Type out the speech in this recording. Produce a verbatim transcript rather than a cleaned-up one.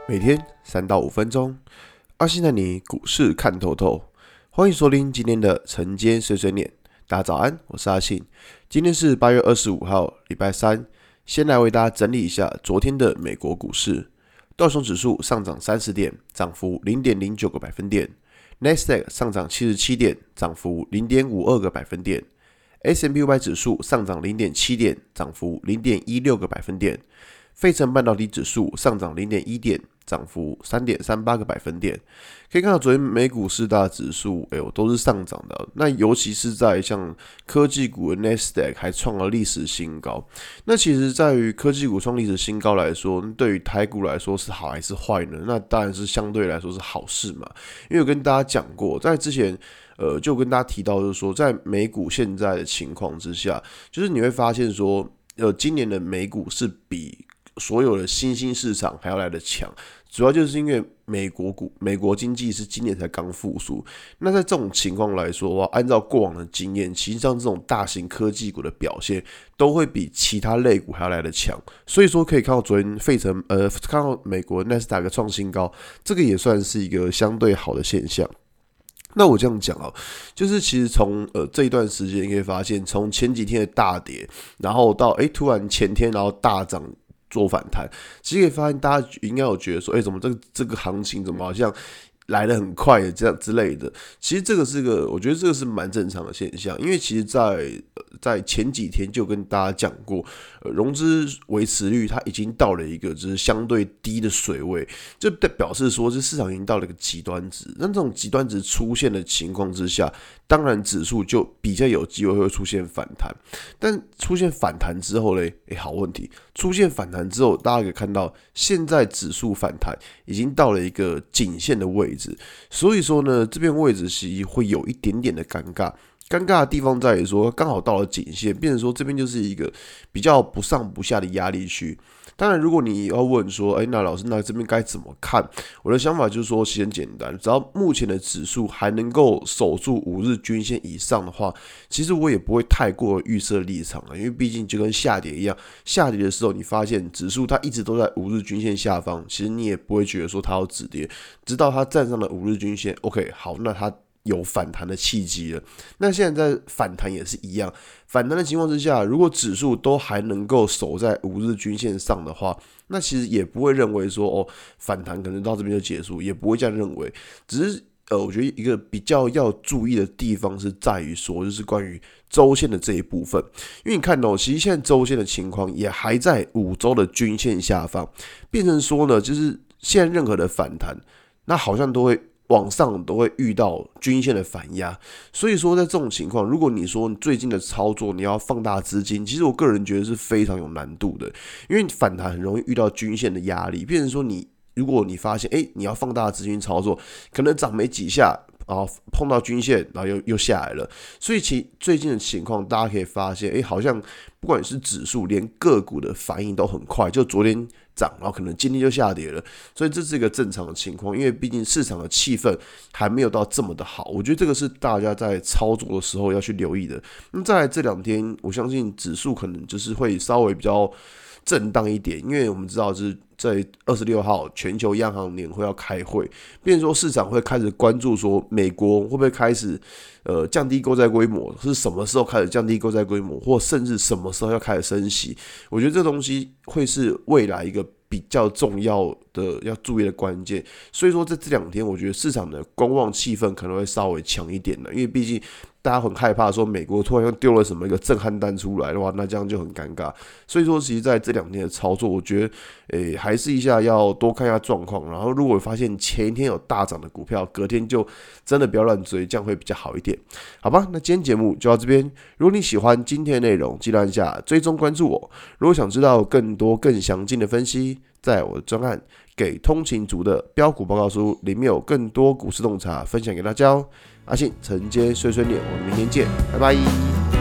每天三到五分钟，阿信带你股市看透透。欢迎收听今天的晨间碎碎念。大家早安，我是阿信。今天是八月二十五号，礼拜三。先来为大家整理一下昨天的美国股市。道琼指数上涨三十点，涨幅 零点零九个百分点。纳斯达克上涨七十七点，涨幅 零点五二个百分点。S and P 五百 指数上涨 零点七点，涨幅 零点一六个百分点。费城半导体指数上涨 零点一点，涨幅 三点三八个百分点。可以看到昨天美股四大指数哎呦都是上涨的，那尤其是在像科技股的 Nasdaq 还创了历史新高。那其实在于科技股创历史新高来说，对于台股来说是好还是坏呢？那当然是相对来说是好事嘛。因为我跟大家讲过，在之前呃就跟大家提到，就是说在美股现在的情况之下，就是你会发现说呃今年的美股是比所有的新兴市场还要来得强，主要就是因为美国股、美国经济是今年才刚复苏。那在这种情况来说的话，按照过往的经验，其实像这种大型科技股的表现都会比其他类股还要来得强。所以说可以看到昨天费城呃看到美国纳斯达克创新高，这个也算是一个相对好的现象。那我这样讲哦，就是其实从呃这一段时间你可以发现，从前几天的大跌，然后到哎突然前天然后大涨做反弹，其实可以发现大家应该有觉得说，哎，怎么这个这个行情怎么好像来得很快的这样之类的。其实这个是个，我觉得这个是蛮正常的现象，因为其实在，在前几天就跟大家讲过，呃，融资维持率它已经到了一个就是相对低的水位，就表示说这市场已经到了一个极端值。那这种极端值出现的情况之下，当然指数就比较有机会会出现反弹。但出现反弹之后嘞，哎，好问题，出现反弹之后，大家可以看到，现在指数反弹已经到了一个颈线的位置。所以说呢，这边位置其实会有一点点的尴尬。尴尬的地方在于说，刚好到了颈线，变成说这边就是一个比较不上不下的压力区。当然，如果你要问说，哎，那老师，那这边该怎么看？我的想法就是说，其实很简单，只要目前的指数还能够守住五日均线以上的话，其实我也不会太过预设立场了，因为毕竟就跟下跌一样，下跌的时候你发现指数它一直都在五日均线下方，其实你也不会觉得说它要止跌，直到它站上了五日均线 ，OK， 好，那它有反弹的契机了。那现在在反弹也是一样，反弹的情况之下，如果指数都还能够守在五日均线上的话，那其实也不会认为说哦，反弹可能到这边就结束，也不会这样认为。只是呃，我觉得一个比较要注意的地方是在于说，就是关于周线的这一部分，因为你看到、哦，其实现在周线的情况也还在五周的均线下方，变成说呢，就是现在任何的反弹，那好像都会往上都会遇到均线的反压，所以说在这种情况，如果你说最近的操作你要放大资金，其实我个人觉得是非常有难度的，因为反弹很容易遇到均线的压力，变成说你如果你发现哎你要放大资金操作，可能涨没几下，然后碰到均线，然后又又下来了，所以其最近的情况大家可以发现，哎好像不管是指数，连个股的反应都很快，就昨天涨，然后可能今天就下跌了，所以这是一个正常的情况，因为毕竟市场的气氛还没有到这么的好，我觉得这个是大家在操作的时候要去留意的。那在这两天，我相信指数可能就是会稍微比较震荡一点，因为我们知道是在二十六号全球央行年会要开会，变成说市场会开始关注说美国会不会开始呃降低购债规模，是什么时候开始降低购债规模，或甚至什么时候要开始升息？我觉得这东西会是未来一个比较重要的要注意的关键。所以说在这两天，我觉得市场的观望气氛可能会稍微强一点的，因为毕竟大家很害怕说美国突然又丢了什么一个震撼弹出来的话，那这样就很尴尬。所以说，其实在这两天的操作，我觉得，诶，还是一下要多看一下状况。然后，如果发现前一天有大涨的股票，隔天就真的不要乱追，这样会比较好一点，好吧？那今天节目就到这边。如果你喜欢今天的内容，记得按下追踪关注我。如果想知道更多更详尽的分析，在我的专案给通勤族的标股报告书里面有更多股市洞察分享给大家哦。阿信晨间碎碎念，我们明天见，拜拜。